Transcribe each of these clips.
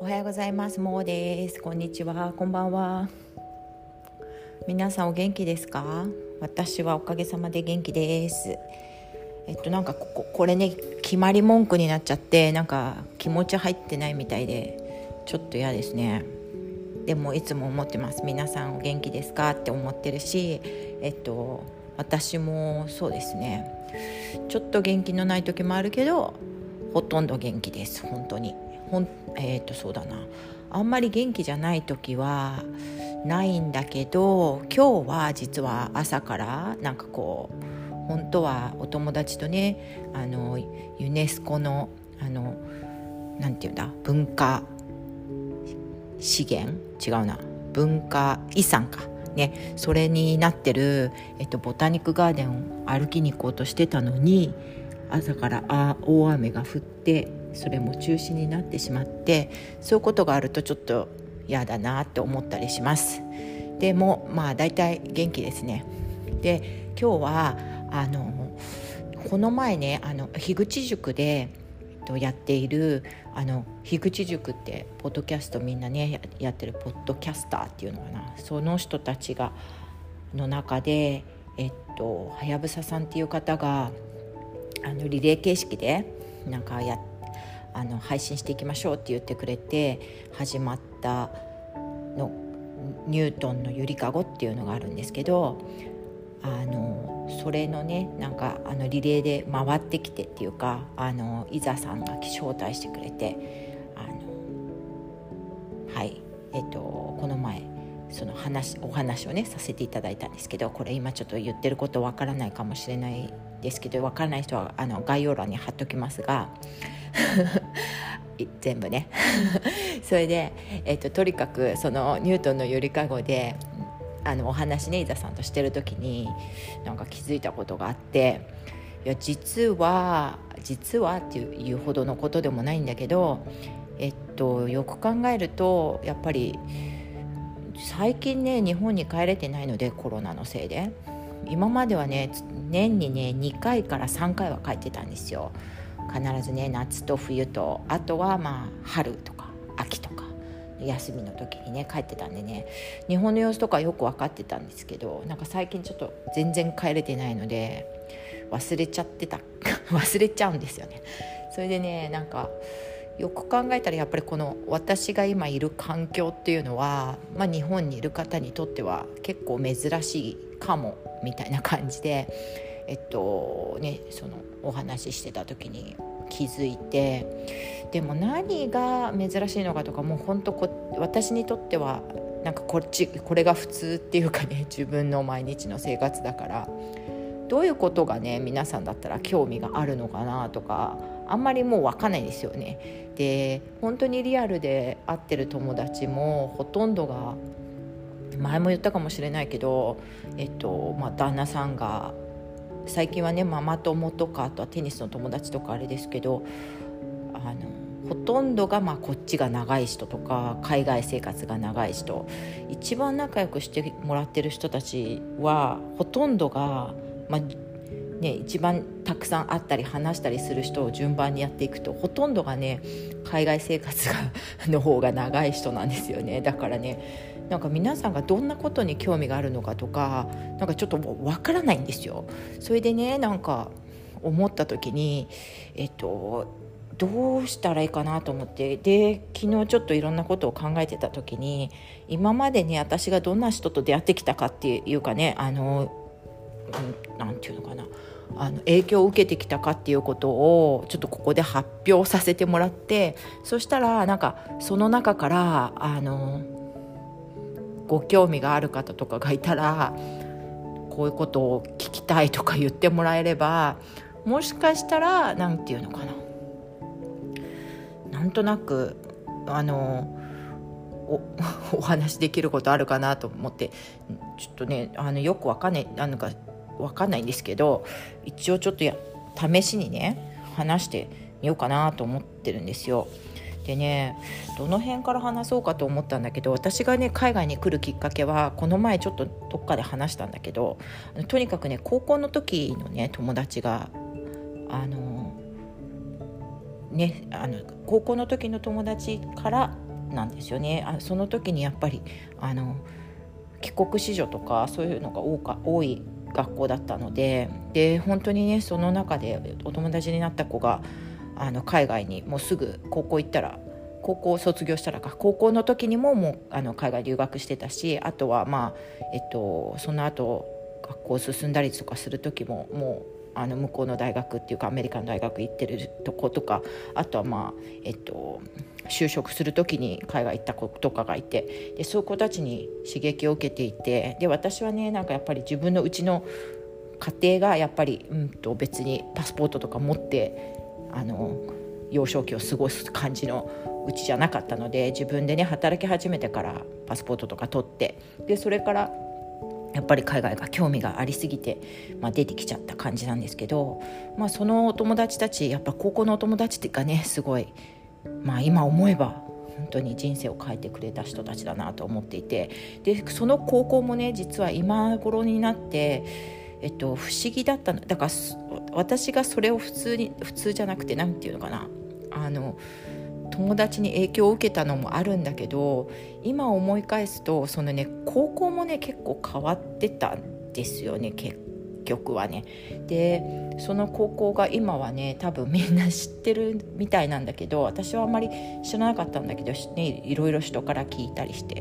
はようございます。もーです。こんにちは、こんばんは。皆さんお元気ですか？私はおかげさまで元気です。なんかこれね、決まり文句になっちゃって、なんか気持ち入ってないみたいでちょっと嫌ですね。でもいつも思ってます。皆さんお元気ですかって思ってるし、私もそうですね。ちょっと元気のない時もあるけど、ほとんど元気です。本当に。そうだな。あんまり元気じゃない時はないんだけど、今日は実は朝からなんか本当はお友達とね、ユネスコのなんていうんだ、文化資源違うな文化遺産かね、それになってる、ボタニックガーデンを歩きに行こうとしてたのに、朝から大雨が降ってそれも中止になってしまって、そういうことがあるとちょっと嫌だなって思ったりします。でもだいたい元気ですね。で、今日はこの前ね、樋口塾でやっている樋口塾ってポッドキャストみんなねやってるポッドキャスターっていうのかな、その人たちがの中ではやぶささんっていう方がリレー形式でなんか配信していきましょうって言ってくれて始まったのニュートンのゆりかごっていうのがあるんですけど、それのねなんかリレーで回ってきてっていうか、伊沢さんが招待してくれてこの前そのお話をねさせていただいたんですけど、これ今ちょっと言ってることわからないかもしれないですけど、わからない人は概要欄に貼っときますが全部ねそれで、とにかくそのニュートンのゆりかごでお話ね伊沢さんとしてる時になんか気づいたことがあって、いや実はっていうほどのことでもないんだけど、よく考えるとやっぱり最近ね日本に帰れてないので、コロナのせいで。今まではね年にね2回から3回は帰ってたんですよ。必ずね夏と冬と、あとは春とか秋とか休みの時にね帰ってたんでね、日本の様子とかよく分かってたんですけど、なんか最近ちょっと全然帰れてないので忘れちゃうんですよね。それでねなんかよく考えたらやっぱりこの私が今いる環境っていうのは、日本にいる方にとっては結構珍しいかもみたいな感じで、そのお話ししてた時に気づいて、でも何が珍しいのかとか、もう本当私にとってはなんかこれが普通っていうかね、自分の毎日の生活だから、どういうことがね皆さんだったら興味があるのかなとか、あんまりもう分かんないですよね。で本当にリアルで会ってる友達もほとんどが、前も言ったかもしれないけど、旦那さんが最近はねママ友とか、あとはテニスの友達とかあれですけど、ほとんどがこっちが長い人とか海外生活が長い人、一番仲良くしてもらってる人たちはほとんどが、一番たくさん会ったり話したりする人を順番にやっていくと、ほとんどがね海外生活の方が長い人なんですよね。だからねなんか皆さんがどんなことに興味があるのかとか、なんかちょっとわからないんですよ。それでねなんか思った時にどうしたらいいかなと思って、で昨日ちょっといろんなことを考えてた時に、今までね私がどんな人と出会ってきたかっていうかね、なんていうのかな、影響を受けてきたかっていうことをちょっとここで発表させてもらって、そしたらなんかその中からご興味がある方とかがいたら、こういうことを聞きたいとか言ってもらえれば、もしかしたらなんていうのかな、なんとなくお話できることあるかなと思って、ちょっとねよくわかんないんですけど、一応ちょっと試しにね話してみようかなと思ってるんですよ。でね、どの辺から話そうかと思ったんだけど、私がね海外に来るきっかけは、この前ちょっとどっかで話したんだけど、とにかくね高校の時のね友達が高校の時の友達からなんですよね。その時にやっぱり帰国子女とかそういうのが多い学校だったので、本当にねその中でお友達になった子が海外にもうすぐ高校卒業したら高校の時にもう海外留学してたし、あとはその後学校進んだりとかする時ももう向こうの大学っていうかアメリカの大学行ってるとことか、あとは就職する時に海外行った子とかがいて、でそういう子たちに刺激を受けていて、で私はねなんかやっぱり自分のうちの家庭がやっぱり別にパスポートとか持って幼少期を過ごす感じのうちじゃなかったので、自分でね働き始めてからパスポートとか取って、でそれからやっぱり海外が興味がありすぎて、出てきちゃった感じなんですけど、そのお友達たちやっぱ高校のお友達っていうかねすごい、今思えば本当に人生を変えてくれた人たちだなと思っていて、でその高校もね実は今頃になって不思議だったの。だから私がそれを普通じゃなくてなんていうのかな、友達に影響を受けたのもあるんだけど、今思い返すとそのね高校もね結構変わってたんですよね結局はね。でその高校が今はね多分みんな知ってるみたいなんだけど、私はあんまり知らなかったんだけど、いろいろ人から聞いたりして、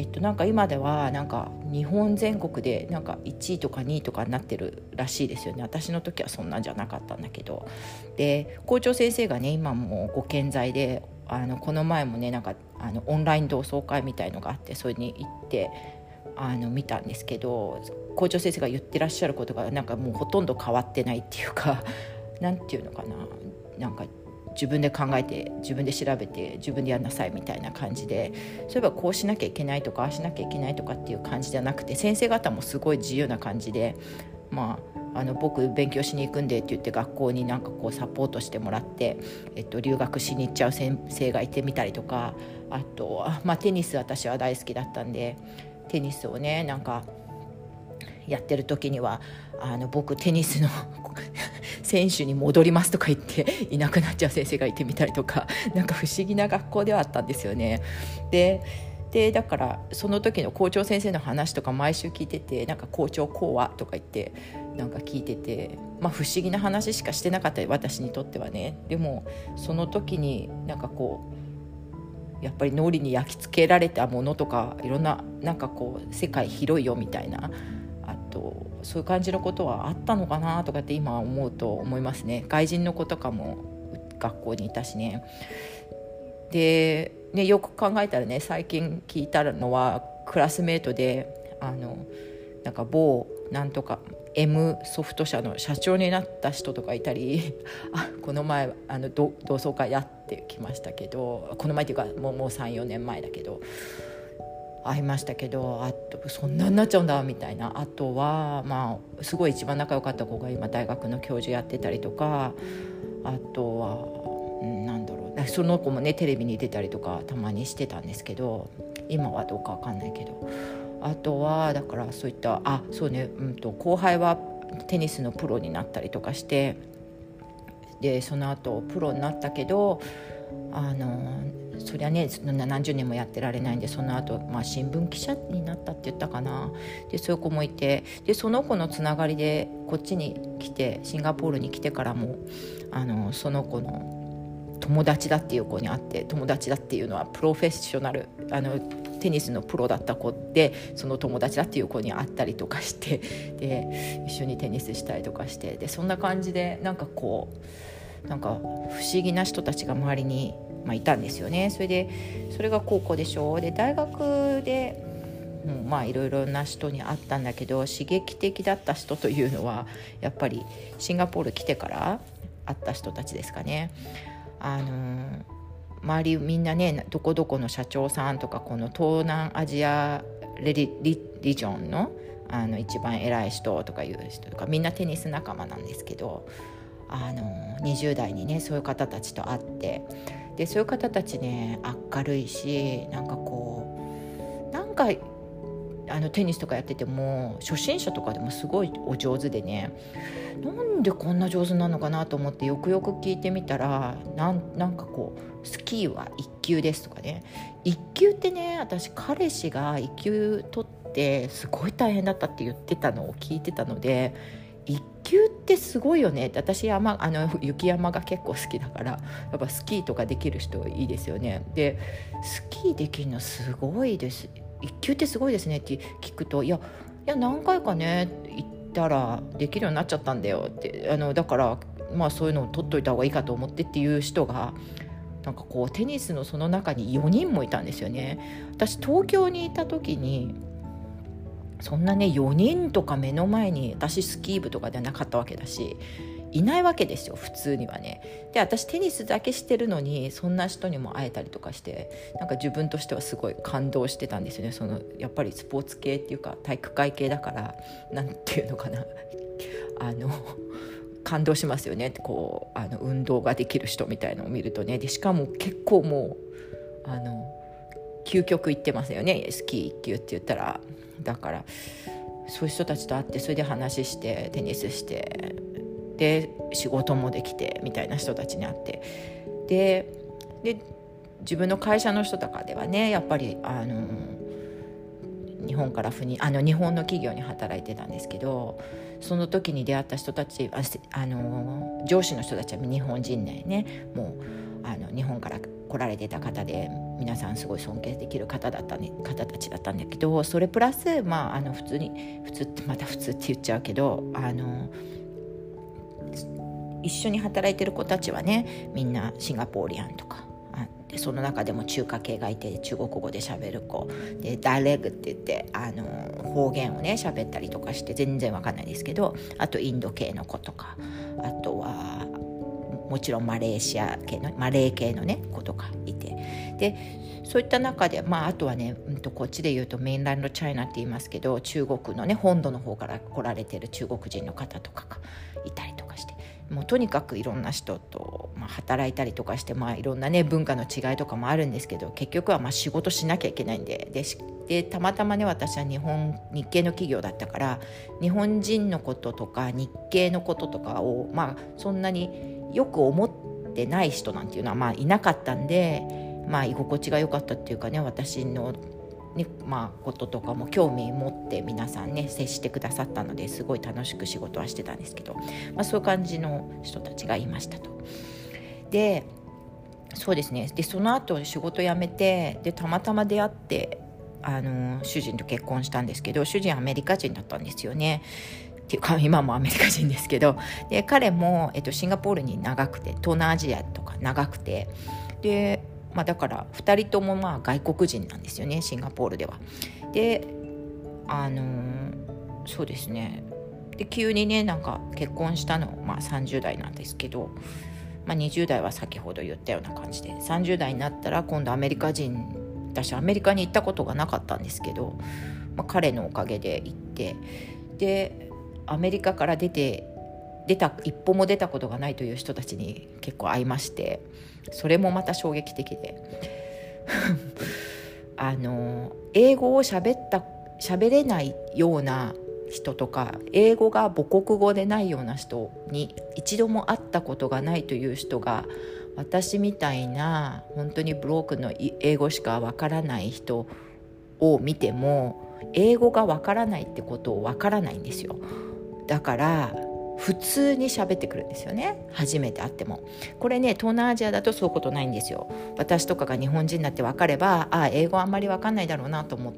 なんか今ではなんか日本全国でなんか1位とか2位とかになってるらしいですよね。私の時はそんなんじゃなかったんだけど、で校長先生がね今もご健在で、この前もねなんかオンライン同窓会みたいのがあって、それに行って見たんですけど、校長先生が言ってらっしゃることがなんかもうほとんど変わってないっていうかなんていうのかな、なんか自分で考えて自分で調べて自分でやんなさいみたいな感じで、そういえばこうしなきゃいけないとかああしなきゃいけないとかっていう感じじゃなくて、先生方もすごい自由な感じで、僕勉強しに行くんでって言って学校になんかこうサポートしてもらって、留学しに行っちゃう先生がいてみたりとか、あとは、テニス私は大好きだったんで、テニスをねなんかやってる時には僕テニスの選手に戻りますとか言っていなくなっちゃう先生がいてみたりとか、なんか不思議な学校ではあったんですよね。でだからその時の校長先生の話とか毎週聞いてて、なんか校長こうはとか言ってなんか聞いてて、不思議な話しかしてなかった私にとってはね。でもその時になんかこうやっぱり脳裏に焼き付けられたものとか、いろんななんかこう世界広いよみたいな、あとそういう感じのことはあったのかなとかって今思うと思いますね。外人の子とかも学校にいたしね。でね、よく考えたらね最近聞いたのはクラスメートでなんか某なんとか M ソフト社の社長になった人とかいたりこの前同窓会やってきましたけど、この前っていうかもう 3,4 年前だけど会いましたけど、あとそんなになっちゃうんだみたいな。あとはすごい一番仲良かった子が今大学の教授やってたりとか、あとはなんだろう、その子もねテレビに出たりとかたまにしてたんですけど、今はどうかわかんないけど、あとはだからそういったそうね、後輩はテニスのプロになったりとかして、でその後プロになったけどそりゃね何十年もやってられないんで、その後、新聞記者になったって言ったかな。でそういう子もいて、でその子のつながりでこっちに来てシンガポールに来てからもその子の友達だっていう子に会って、友達だっていうのはプロフェッショナルテニスのプロだった子で、その友達だっていう子に会ったりとかして、で一緒にテニスしたりとかして、でそんな感じでなんかこうなんか不思議な人たちが周りに、いたんですよね。それが高校でしょ。で大学でいろいろな人に会ったんだけど、刺激的だった人というのはやっぱりシンガポール来てから会った人たちですかね。周りみんなねどこどこの社長さんとか、この東南アジアリジョンの一番偉い人とかいう人とか、みんなテニス仲間なんですけど、20代にねそういう方たちと会って、でそういう方たちね明るいし、なんかこうなんかテニスとかやってても初心者とかでもすごいお上手でね、なんでこんな上手なのかなと思ってよくよく聞いてみたら、なんかこうスキーは1 級ですとかね。1級ってね、私彼氏が1級取ってすごい大変だったって言ってたのを聞いてたので、1級ってすごいよねって。私雪山が結構好きだから、やっぱスキーとかできる人いいですよね。でスキーできるのすごいです、1級ってすごいですねって聞くと、いや何回かね行ったらできるようになっちゃったんだよって、だからそういうのを取っといた方がいいかと思ってっていう人がなんかこうテニスのその中に4人もいたんですよね。私東京にいた時にそんなね4人とか目の前に、私スキー部とかではなかったわけだしいないわけですよ普通にはね。で私テニスだけしてるのにそんな人にも会えたりとかして、なんか自分としてはすごい感動してたんですよね。やっぱりスポーツ系っていうか体育会系だから、なんていうのかな感動しますよね。こう運動ができる人みたいのを見るとね。でしかも結構もう究極行ってますよね、スキー1級って言ったら。だからそういう人たちと会って、それで話してテニスして、で仕事もできてみたいな人たちに会って、で自分の会社の人とかではね、やっぱり日本から日本の企業に働いてたんですけど、その時に出会った人たち、上司の人たちは日本人でね、もう日本から来られてた方で、皆さんすごい尊敬できる方たちだったんだけど、それプラス、普通ってまた普通って言っちゃうけど、一緒に働いてる子たちはね、みんなシンガポーリアンとかで、その中でも中華系がいて、中国語で喋る子で、ダレグって言って方言をね喋ったりとかして全然わかんないですけど、あとインド系の子とか、あとはもちろんマレー系のね子とかいて、でそういった中で、あとはね、こっちで言うとメインランドチャイナって言いますけど、中国のね本土の方から来られてる中国人の方とかがいたりとかして、もうとにかくいろんな人と、働いたりとかして、いろんなね文化の違いとかもあるんですけど、結局は仕事しなきゃいけないんでたまたまね、私は日系の企業だったから、日本人のこととか日系のこととかをそんなによく思ってない人なんていうのはいなかったんで、居心地が良かったっていうかね、私のね、こととかも興味持って皆さんね接してくださったので、すごい楽しく仕事はしてたんですけど、そういう感じの人たちがいましたと。でそうですね。でその後仕事辞めて、でたまたま出会って主人と結婚したんですけど、主人アメリカ人だったんですよね。っていうか今もアメリカ人ですけど、で彼も、シンガポールに長くて、東南アジアとか長くて、でだから2人とも外国人なんですよね、シンガポールでは。でそうですね。で急にねなんか結婚したの、30代なんですけど、20代は先ほど言ったような感じで、30代になったら今度アメリカ人、私アメリカに行ったことがなかったんですけど、彼のおかげで行って、でアメリカから出た一歩も出たことがないという人たちに結構会いまして、それもまた衝撃的で英語を喋れないような人とか、英語が母国語でないような人に一度も会ったことがないという人が、私みたいな本当にブロークンの英語しかわからない人を見ても、英語がわからないってことをわからないんですよ。だから普通に喋ってくるんですよね、初めて会っても。これね、東南アジアだとそういうことないんですよ。私とかが日本人になって分かれば、英語あんまり分かんないだろうなと思って、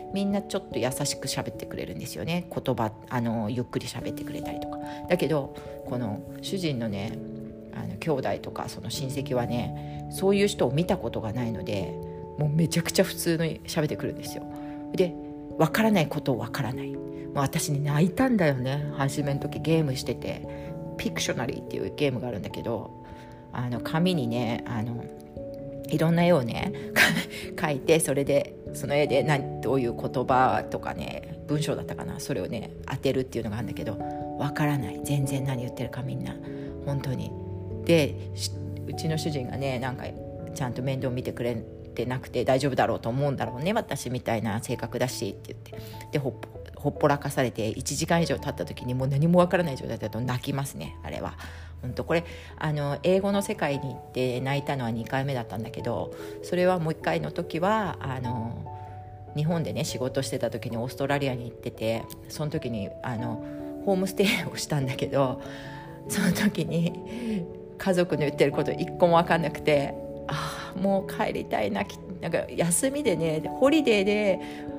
みんなちょっと優しく喋ってくれるんですよね。言葉ゆっくり喋ってくれたりとか。だけどこの主人のね兄弟とかその親戚はね、そういう人を見たことがないので、もうめちゃくちゃ普通に喋ってくるんですよ。で分からないことを分からない。私ね泣いたんだよね、初めの時。ゲームしてて、ピクショナリーっていうゲームがあるんだけど、紙にねいろんな絵をね描いて、それでその絵でどういう言葉とかね、文章だったかな、それをね当てるっていうのがあるんだけど、わからない、全然何言ってるかみんな本当に。でうちの主人がねなんかちゃんと面倒見てくれてなくて、大丈夫だろうと思うんだろうね、私みたいな性格だしって言って、でほっぽらかされて1時間以上経った時にもう何もわからない状態だと泣きますね、あれは。 これ英語の世界に行って泣いたのは2回目だったんだけど、それはもう1回の時は日本でね仕事してた時にオーストラリアに行ってて、その時にホームステイをしたんだけど、その時に家族の言ってること一個も分かんなくて、もう帰りたいな、なんか休みでねホリデーで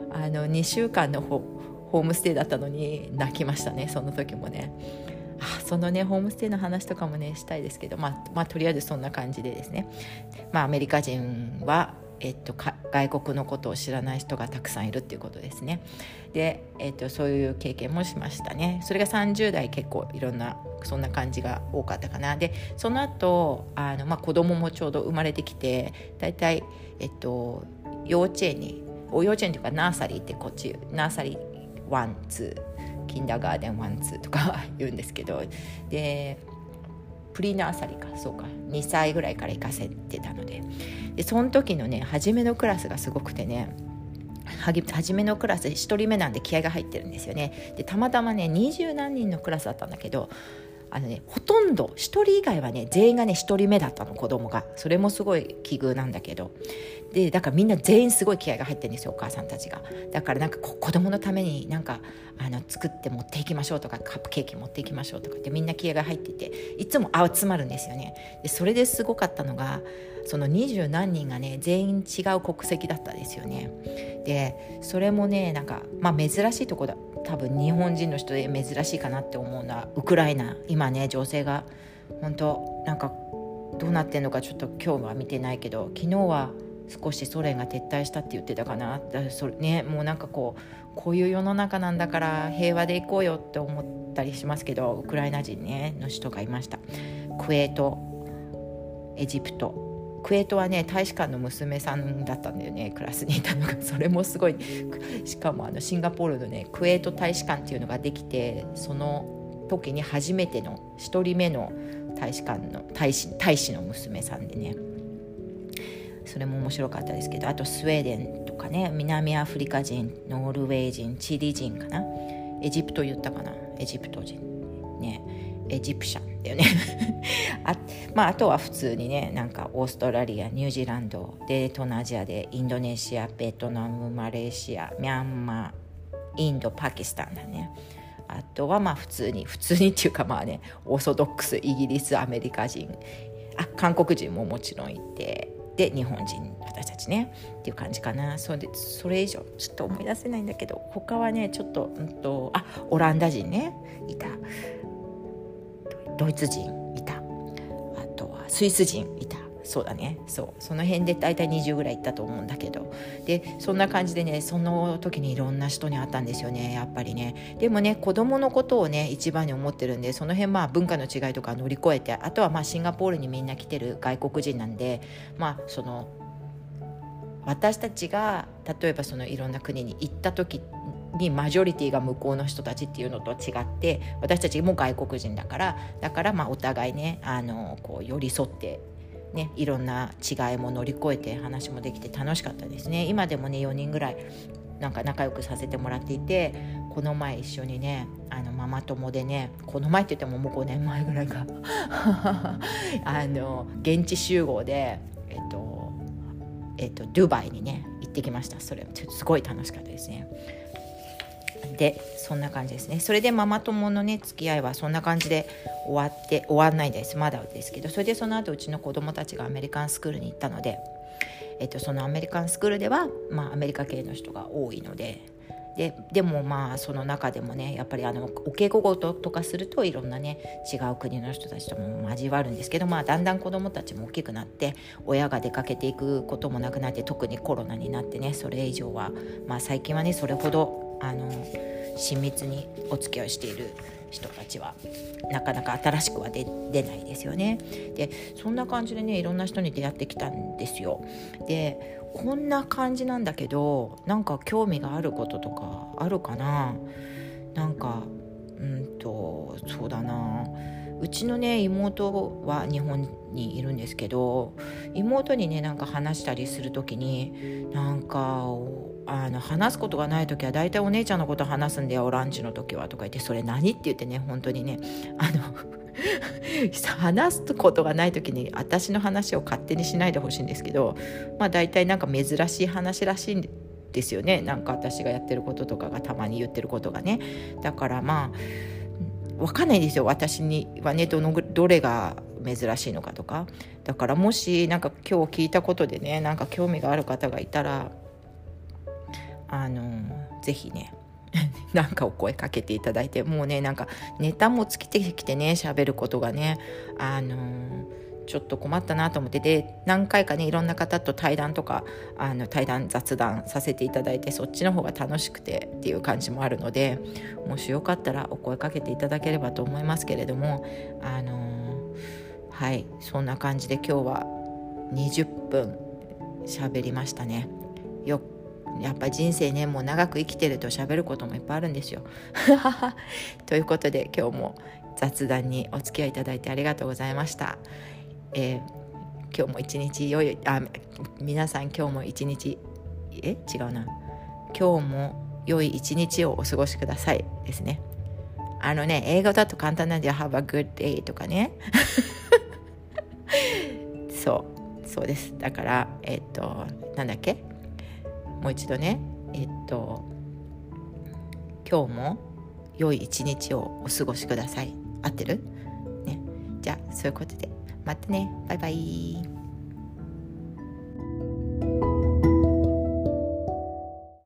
2週間のホームステイだったのに泣きましたね、その時もね。そのねホームステイの話とかもねしたいですけど、とりあえずそんな感じでですね、アメリカ人は外国のことを知らない人がたくさんいるっていうことですね。で、そういう経験もしましたね。それが30代結構いろんなそんな感じが多かったかな。でその後子供もちょうど生まれてきて、だいたい幼稚園っていうかナーサリーってこっちナーサリー1、2キンダーガーデン1、2とか言うんですけど、でプリナーサリーか、そうか2歳ぐらいから行かせてたので、その時のね初めのクラスがすごくてね、初めのクラス1人目なんで気合が入ってるんですよね。でたまたまね20何人のクラスだったんだけど、ほとんど1人以外はね全員がね1人目だったの、子供が。それもすごい奇遇なんだけど、でだからみんな全員すごい気合が入ってるんですよ、お母さんたちが。だからなんか子供のためになんか作って持っていきましょうとか、カップケーキ持っていきましょうとかってみんな気合が入ってて、いつも集まるんですよね。でそれですごかったのが、その20何人がね全員違う国籍だったんですよね。でそれもねなんか珍しいとこだ、多分日本人の人で珍しいかなって思うのはウクライナ。今ね情勢が本当なんかどうなってんのかちょっと今日は見てないけど、昨日は少しソ連が撤退したって言ってたかな。それね、もうなんかこういう世の中なんだから平和でいこうよって思ったりしますけど、ウクライナ人ねの人がいました。クウェート、エジプト、クウェートはね大使館の娘さんだったんだよね、クラスにいたのが。それもすごい。しかもシンガポールのねクウェート大使館っていうのができて、その時に初めての1人目の大使館の大使の娘さんでね、それも面白かったですけど、あとスウェーデンとかね、南アフリカ人、ノルウェー人、チリ人かな、エジプト言ったかな、エジプト人ね、エジプシャンだよねあとは普通にね、なんかオーストラリア、ニュージーランドで、東南アジアでインドネシア、ベトナム、マレーシア、ミャンマー、インド、パキスタンだね。あとは普通にっていうかオーソドックス、イギリス、アメリカ人、韓国人ももちろんいて、で日本人、私たちねっていう感じかな。それ以上ちょっと思い出せないんだけど、他はねちょっとオランダ人ねいた、ドイツ人いた、あとはスイス人いた。そうだね、その辺で大体20ぐらい行ったと思うんだけど、でそんな感じでね、その時にいろんな人に会ったんですよね、やっぱりね。でもね子供のことをね一番に思ってるんで、その辺文化の違いとか乗り越えて、あとはシンガポールにみんな来てる外国人なんで、その私たちが例えばそのいろんな国に行った時にマジョリティが向こうの人たちっていうのと違って、私たちも外国人だからお互いねこう寄り添ってね、いろんな違いも乗り越えて話もできて楽しかったですね。今でもね4人ぐらいなんか仲良くさせてもらっていて、この前一緒にねママ友でね、この前って言ってももう5年前ぐらいか現地集合でドバイにね行ってきました。それすごい楽しかったですね。でそんな感じですね。それでママ友のね付き合いはそんな感じで終わんないです、まだですけど、それでその後うちの子供たちがアメリカンスクールに行ったので、そのアメリカンスクールでは、アメリカ系の人が多いので、でもその中でもねやっぱりお稽古事とかするといろんなね違う国の人たちとも交わるんですけど、だんだん子どもたちも大きくなって親が出かけていくこともなくなって、特にコロナになってね、それ以上は最近はねそれほど親密にお付き合いしている人たちはなかなか新しくは出ないですよね。でそんな感じでねいろんな人に出会ってきたんですよ。でこんな感じなんだけど、なんか興味があることとかあるかな。なんかそうだな、うちのね妹は日本にいるんですけど、妹にねなんか話したりするときになんか話すことがないときはだいたいお姉ちゃんのこと話すんだよ、ランチのときはとか言って、それ何って言ってね、本当にね話すことがない時に私の話を勝手にしないでほしいんですけど、大体なんか珍しい話らしいんですよね。なんか私がやってることとかがたまに言ってることがね。だから分かんないんですよ、私にはね、どれが珍しいのかとか。だからもしなんか今日聞いたことでね、なんか興味がある方がいたらぜひねなんかお声かけていただいて、もうねなんかネタも尽きてきてね、喋ることがねちょっと困ったなと思って、で何回かねいろんな方と対談とか雑談させていただいて、そっちの方が楽しくてっていう感じもあるので、もしよかったらお声かけていただければと思いますけれども、はい、そんな感じで今日は20分喋りましたね。やっぱり人生ね、もう長く生きてると喋ることもいっぱいあるんですよということで今日も雑談にお付き合いいただいてありがとうございました。今日も一日皆さん今日も一日今日も良い一日をお過ごしくださいですね。英語だと簡単なんで Have a good day とかねそうです。だからなんだっけ、もう一度ね、今日も良い一日をお過ごしください。合ってる？ね。じゃあそういうことでまたね。バイバイ。